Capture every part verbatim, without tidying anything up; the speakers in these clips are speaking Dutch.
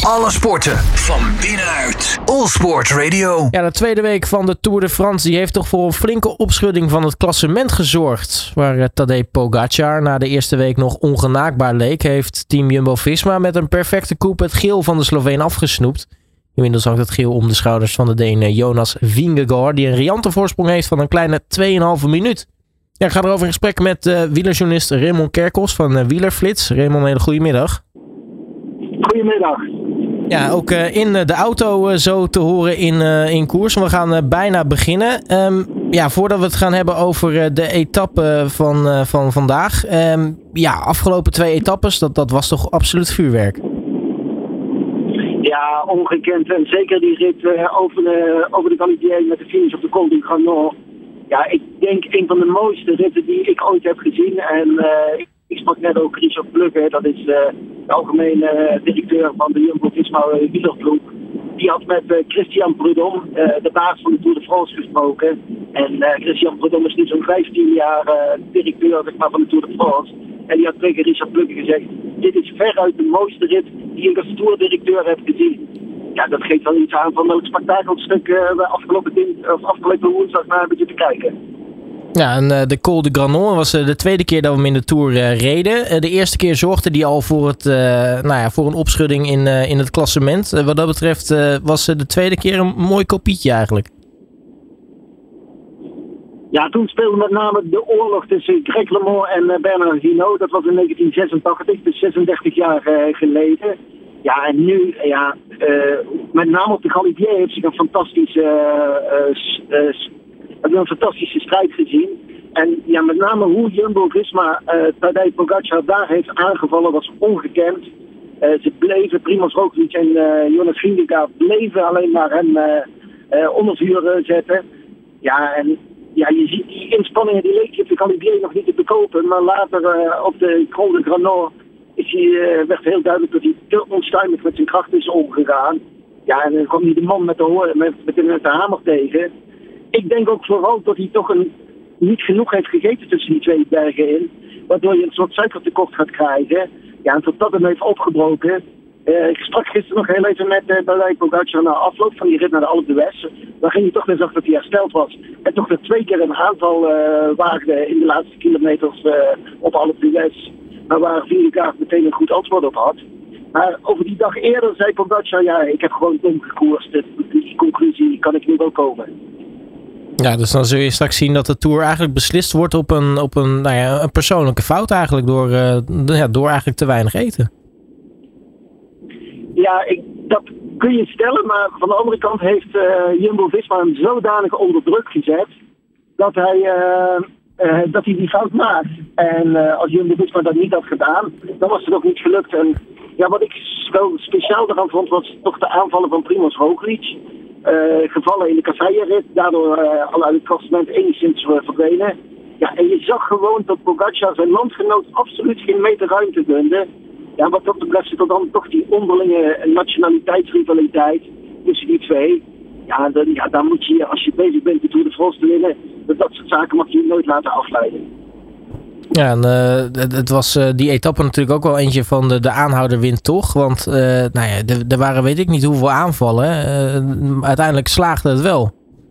Alle sporten van binnenuit. All Sport Radio. Ja, de tweede week van de Tour de France die heeft toch voor een flinke opschudding van het klassement gezorgd. Waar uh, Tadej Pogačar na de eerste week nog ongenaakbaar leek, heeft team Jumbo-Visma met een perfecte coupe het geel van de Sloveen afgesnoept. Inmiddels hangt het geel om de schouders van de Deen uh, Jonas Vingegaard, die een riante voorsprong heeft van een kleine twee komma vijf minuut. Ja, ik ga erover in gesprek met uh, wielerjournalist Raymond Kerkhoffs van uh, Wielerflits. Raymond, een hele goede middag. Goedemiddag. Ja, ook uh, in uh, de auto uh, zo te horen in, uh, in koers. We gaan uh, bijna beginnen. Um, ja, voordat we het gaan hebben over uh, de etappe van, uh, van vandaag. Um, ja, afgelopen twee etappes, dat, dat was toch absoluut vuurwerk? Ja, ongekend. En zeker die rit uh, over de, over de Galibier met de finish op de Col du Granon. Ja, ik denk een van de mooiste ritten die ik ooit heb gezien. En uh, ik sprak net ook Richard Plugge, dat is uh, de algemene uh, directeur van de Jumbo-Visma uh, wielerploeg. Die had met uh, Christian Prudhomme, uh, de baas van de Tour de France, gesproken. En uh, Christian Prudhomme is nu zo'n vijftien jaar uh, directeur zeg maar, van de Tour de France. En die had tegen Richard Plugge gezegd, dit is veruit de mooiste rit die ik als tourdirecteur heb gezien. Ja, dat geeft wel iets aan van welk spektakelstuk uh, we afgelopen, din- of afgelopen woensdag naar hebben zitten kijken. Ja, en uh, de Col de Granon was uh, de tweede keer dat we hem in de Tour uh, reden. Uh, de eerste keer zorgde hij al voor, het, uh, nou ja, voor een opschudding in, uh, in het klassement. Uh, wat dat betreft uh, was uh, de tweede keer een mooi kopietje eigenlijk. Ja, toen speelde met name de oorlog tussen Greg LeMond en uh, Bernard Hinault. Dat was in negentien zesentachtig, dus zesendertig jaar uh, geleden. Ja, en nu, ja, uh, met name op de Galibier heeft zich een fantastische, uh, uh, uh, een fantastische strijd gezien. En ja, met name hoe Jumbo-Visma uh, Tadej Pogačar daar heeft aangevallen was ongekend. Uh, ze bleven, Primož Roglič en uh, Jonas Vingegaard bleven alleen maar hem uh, uh, onder vuur uh, zetten. Ja, en ja, je ziet die inspanningen, die leek je op de Galibier nog niet te bekopen. Maar later uh, op de Col de Granon is hij, uh, werd heel duidelijk dat hij te onstuimig met zijn kracht is omgegaan. Ja, en dan kwam hij de man met de, hoor, met, met, de, met de hamer tegen. Ik denk ook vooral dat hij toch een, niet genoeg heeft gegeten tussen die twee bergen in. Waardoor je een soort suikertekort gaat krijgen. Ja, en tot dat hem heeft opgebroken. Uh, ik sprak gisteren nog heel even met uh, Tadej Pogačar na afloop van die rit naar de Alpe d'Huez. Waarin hij toch weer zag dat hij hersteld was. En toch weer twee keer een aanval uh, waagde in de laatste kilometers uh, op Alpe d'Huez. Maar waar Vingegaard meteen een goed antwoord op had. Maar over die dag eerder zei Pogačar, ja, ik heb gewoon dom gekoerst. Die conclusie kan ik nu wel komen. Ja, dus dan zul je straks zien dat de Tour eigenlijk beslist wordt op een, op een, nou ja, een persoonlijke fout eigenlijk. Door, uh, ja, door eigenlijk te weinig eten. Ja, ik, dat kun je stellen, maar van de andere kant heeft uh, Jumbo-Visma hem zodanig onder druk gezet dat hij, uh, uh, dat hij die fout maakt. En uh, als Jumbo-Visma dat niet had gedaan, dan was het ook niet gelukt. En ja, wat ik wel speciaal eraan vond, was toch de aanvallen van Primož Roglič. Uh, gevallen in de kasseierrit, daardoor uh, al uit het klassement enigszins uh, verdwenen. Ja, en je zag gewoon dat Pogačar zijn landgenoot absoluut geen meter ruimte gunde. Ja, wat dat betreft zit er dan toch die onderlinge nationaliteitsrivaliteit tussen die twee. Ja, dan, ja, dan moet je, als je bezig bent de Tour de France te winnen, dat, dat soort zaken mag je nooit laten afleiden. Ja, en uh, het, het was uh, die etappe natuurlijk ook wel eentje van de, de aanhouder wint toch. Want uh, nou ja, er waren weet ik niet hoeveel aanvallen. Uh, uiteindelijk slaagde het wel.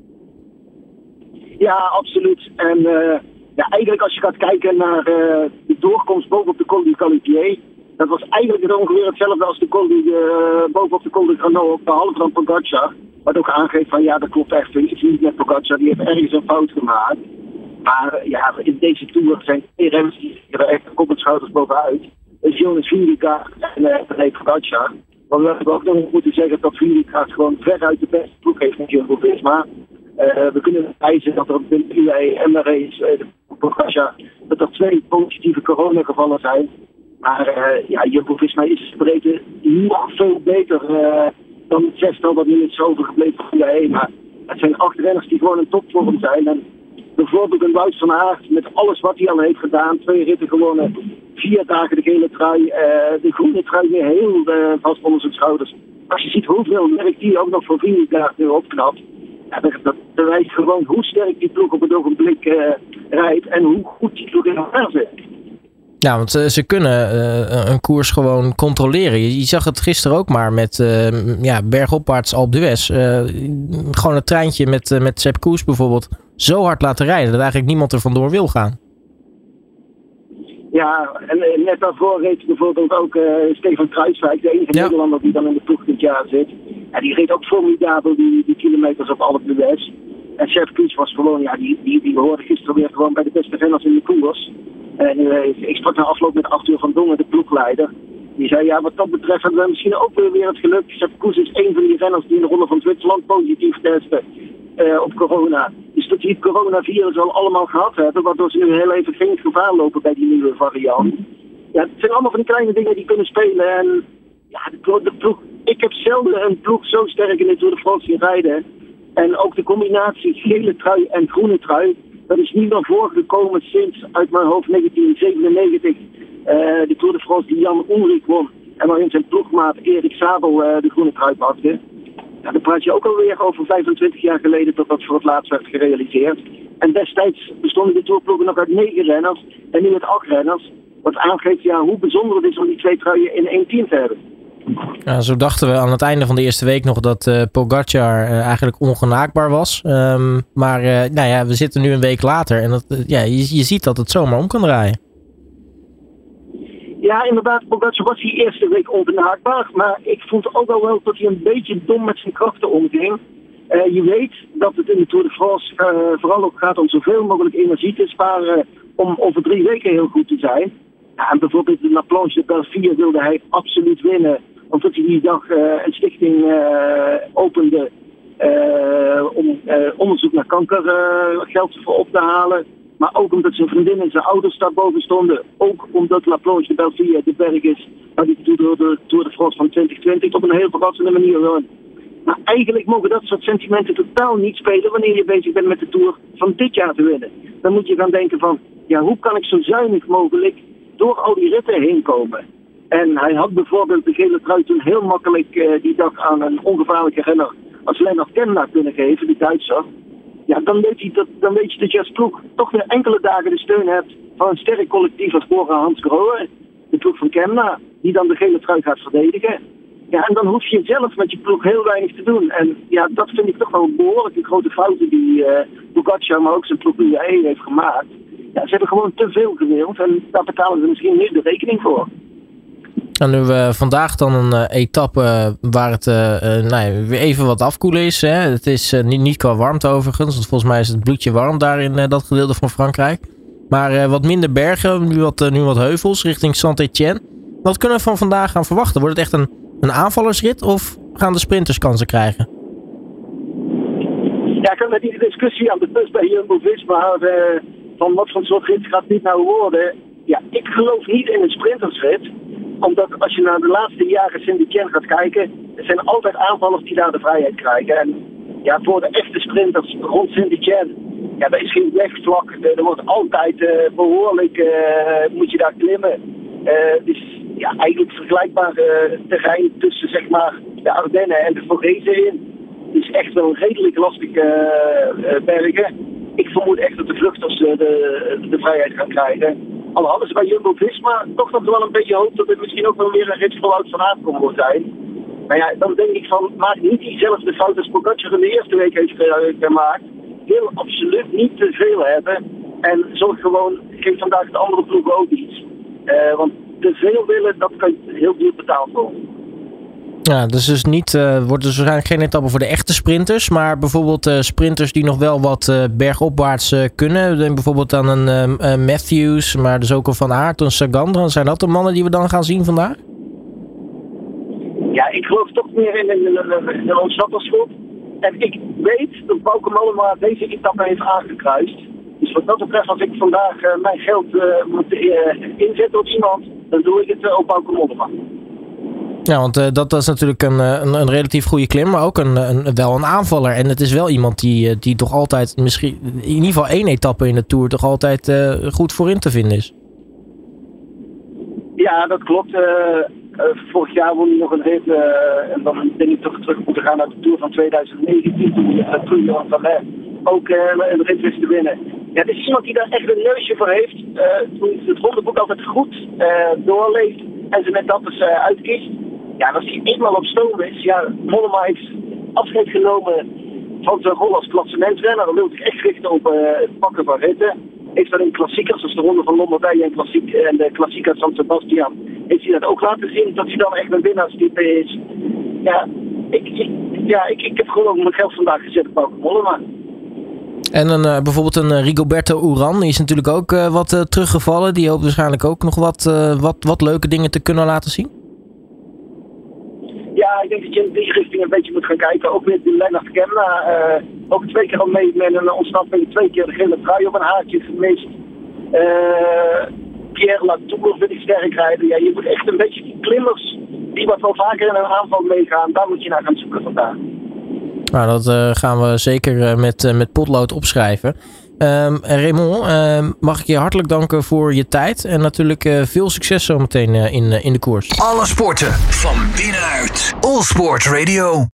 Ja, absoluut. En uh, ja, eigenlijk als je gaat kijken naar uh, de doorkomst bovenop de Col du Galibier, dat was eigenlijk ongeveer hetzelfde als de Col du, uh, bovenop de Col de Granon, behalve dan Pogačar. Wat ook aangeeft van ja, dat klopt echt iets niet met Pogačar, die heeft ergens een fout gemaakt. Maar ja, in deze Tour zijn twee renners die er echt kop en schouders bovenuit. Dus Jonas Vingegaard en uh, Tadej Pogačar. Maar we hebben ook nog moeten zeggen dat Vingegaard gewoon veruit de beste ploeg heeft met Jumbo-Visma. Uh, we kunnen wijzen dat er op de U A E en de race, uh, Pogačar, dat er twee positieve coronagevallen zijn. Maar uh, ja, Jumbo-Visma is breedte nog veel beter uh, dan het zestal dat nu is overgebleven van de U A E. Maar het zijn acht renners die gewoon een topvorm zijn. En bijvoorbeeld een Wout van Aert met alles wat hij al heeft gedaan. Twee ritten gewonnen, vier dagen de gele trui, uh, de groene trui weer heel uh, vast onder zijn schouders. Als je ziet hoeveel werk die ook nog voor Vingegaard nu opknapt. Ja, dat, dat bewijst gewoon hoe sterk die ploeg op het ogenblik uh, rijdt en hoe goed die ploeg in elkaar zit. Ja, want uh, ze kunnen uh, een koers gewoon controleren. Je, je zag het gisteren ook maar met uh, ja, bergopwaarts Alpe d'Huez. Uh, gewoon een treintje met, uh, met Sepp Kuss bijvoorbeeld zo hard laten rijden dat eigenlijk niemand er vandoor wil gaan. Ja, en uh, net daarvoor reed bijvoorbeeld ook uh, Stefan Kruijswijk, de enige ja. Nederlander die dan in de ploeg dit jaar zit. En die reed ook formidabel die, die kilometers op Alpe d'Huez. En Sepp Kuss was gewoon, ja, die, die, die behoorde gisteren weer gewoon bij de beste renners in de koers. En uh, ik sprak na afloop met Arthur van Dongen, de ploegleider. Die zei, ja, wat dat betreft hebben we misschien ook weer, weer het geluk. Sepp Kuss is een van die renners die in de Ronde van Zwitserland positief testen uh, op corona. Dus dat die het coronavirus al allemaal gehad hebben, waardoor ze nu heel even geen gevaar lopen bij die nieuwe variant. Ja, het zijn allemaal van die kleine dingen die kunnen spelen. En ja, de, de ploeg, ik heb zelden een ploeg zo sterk in de Tour de France zien rijden. En ook de combinatie gele trui en groene trui, dat is niet meer voorgekomen sinds uit mijn hoofd negentien zevenennegentig. Uh, de Tour de France die Jan Ullrich won. En waarin zijn ploegmaat Erik Sabel uh, de groene trui pakte. Ja, dan praat je ook alweer over vijfentwintig jaar geleden dat dat voor het laatst werd gerealiseerd. En destijds bestonden de tourploegen nog uit negen renners en nu uit acht renners. Wat aangeeft ja, hoe bijzonder het is om die twee truien in één team te hebben. Ja, zo dachten we aan het einde van de eerste week nog dat uh, Pogacar uh, eigenlijk ongenaakbaar was. Um, maar uh, nou ja, we zitten nu een week later en dat, uh, ja, je, je ziet dat het zomaar om kan draaien. Ja, inderdaad, Pogacar was die eerste week ongenaakbaar. Maar ik vond ook al wel dat hij een beetje dom met zijn krachten omging. Uh, je weet dat het in de Tour de France uh, vooral ook gaat om zoveel mogelijk energie te sparen om over drie weken heel goed te zijn. Ja, en bijvoorbeeld de La Planche de Belleville wilde hij absoluut winnen. Omdat hij die dag uh, een stichting uh, opende uh, om uh, onderzoek naar kanker uh, geld voor op te halen. Maar ook omdat zijn vriendin en zijn ouders daarboven stonden. Ook omdat La Planche de Belleville de berg is waar die Tour de, Tour de France van twintig twintig op een heel verrassende manier won. Maar eigenlijk mogen dat soort sentimenten totaal niet spelen wanneer je bezig bent met de Tour van dit jaar te winnen. Dan moet je gaan denken van, ja, hoe kan ik zo zuinig mogelijk door al die ritten heen komen? En hij had bijvoorbeeld de gele trui toen heel makkelijk uh, die dag aan een ongevaarlijke renner als Lennart Kemna kunnen geven, de Duitser. Ja, dan weet, hij dat, dan weet je dat je als ploeg toch weer enkele dagen de steun hebt van een sterk collectief als Bora Hans Grohe, de ploeg van Kemna, die dan de gele trui gaat verdedigen. Ja, en dan hoef je zelf met je ploeg heel weinig te doen. En ja, dat vind ik toch wel een behoorlijke grote fouten die uh, Pogacar, maar ook zijn ploeg U A E heeft gemaakt. Ja, ze hebben gewoon te veel gewild en daar betalen ze misschien nu de rekening voor. En nu we vandaag dan een uh, etappe uh, waar het uh, uh, nou ja, weer even wat afkoelen is. Hè? Het is uh, niet, niet qua warmte overigens, want volgens mij is het bloedje warm daar in uh, dat gedeelte van Frankrijk. Maar uh, wat minder bergen, nu wat, uh, nu wat heuvels richting Saint-Étienne. Wat kunnen we van vandaag gaan verwachten? Wordt het echt een, een aanvallersrit of gaan de sprinters kansen krijgen? Ja, ik heb met die discussie aan de bus bij Jumbo-Visma uh, van wat voor soort rit gaat dit nou worden. Ja, ik geloof niet in een sprintersrit. Omdat als je naar de laatste jaren Saint-Étienne gaat kijken, er zijn altijd aanvallers die daar de vrijheid krijgen. En ja, voor de echte sprinters rond Saint-Étienne, ja, daar is geen wegvlak. Er wordt altijd uh, behoorlijk, uh, moet je daar klimmen. Uh, dus ja, eigenlijk vergelijkbaar uh, terrein tussen zeg maar de Ardennen en de Vogezen in. Dus echt wel redelijk lastige uh, uh, bergen. Ik vermoed echt dat de vluchters uh, de, de vrijheid gaan krijgen. Al hadden ze bij Jumbo-Visma toch nog wel een beetje hoop dat het misschien ook wel weer een rit voluit van Aardkom wordt zijn. Maar ja, dan denk ik van, maak niet diezelfde fout als Pogacar in de eerste week heeft gemaakt. Wil absoluut niet te veel hebben. En zorg gewoon, geef vandaag de andere ploegen ook iets. Uh, want te veel willen, dat kan heel duur betaald worden. Ja, dus, dus niet, uh, wordt dus waarschijnlijk geen etappe voor de echte sprinters, maar bijvoorbeeld uh, sprinters die nog wel wat uh, bergopwaarts uh, kunnen. Denk bijvoorbeeld aan een uh, uh, Matthews, maar dus ook een Van Aert, een Sagan. Zijn dat de mannen die we dan gaan zien vandaag? Ja, ik geloof toch meer in een ontsnappersgroep. En ik weet dat Bauke Mollema deze etappe heeft aangekruist. Dus wat dat betreft, als ik vandaag uh, mijn geld uh, moet uh, inzetten op iemand, dan doe ik het uh, op Bauke Mollema. Ja, want uh, dat, dat is natuurlijk een, een, een relatief goede klim, maar ook een, een, wel een aanvaller. En het is wel iemand die, die toch altijd, misschien in ieder geval één etappe in de Tour, toch altijd uh, goed voorin te vinden is. Ja, dat klopt. Uh, uh, vorig jaar won hij nog een rit. Uh, en dan denk ik toch terug moeten gaan naar de Tour van twintig negentien. Toen hij uh, Tour van Valais ook uh, een rit wist te winnen. Ja, het is iemand die daar echt een neusje voor heeft. Uh, het rondeboek altijd goed uh, doorleeft en ze met dat dus uh, uitkiest. Ja, en als hij eenmaal op stoom is, ja, Mollema heeft afscheid genomen van zijn rol als klassementsrenner. Dan wil zich echt richten op uh, het pakken van ritten. Heeft dat in klassiekers, zoals de Ronde van Lombardije en, klassiek, en de klassieker San Sebastian, heeft hij dat ook laten zien, dat hij dan echt een winnaarstype is. Ja, ik, ik, ja, ik, ik heb gewoon mijn geld vandaag gezet op Bauke Mollema. En een, uh, bijvoorbeeld een uh, Rigoberto Urán, die is natuurlijk ook uh, wat uh, teruggevallen. Die hoopt waarschijnlijk ook nog wat, uh, wat, wat leuke dingen te kunnen laten zien. Ja, ik denk dat je in die richting een beetje moet gaan kijken. Ook met Lennart Kemna. Uh, ook twee keer al mee met een ontsnapping. Twee keer de gele trui op een haartje gemist. Uh, Pierre Latour vind ik sterk rijden. Ja, je moet echt een beetje die klimmers die wat wel vaker in een aanval meegaan. Daar moet je naar gaan zoeken vandaag. Nou, dat uh, gaan we zeker uh, met, uh, met potlood opschrijven. Um, Raymond, uh, mag ik je hartelijk danken voor je tijd. En natuurlijk uh, veel succes zometeen uh, in, uh, in de koers. Alle sporten van binnenuit. All Sport Radio.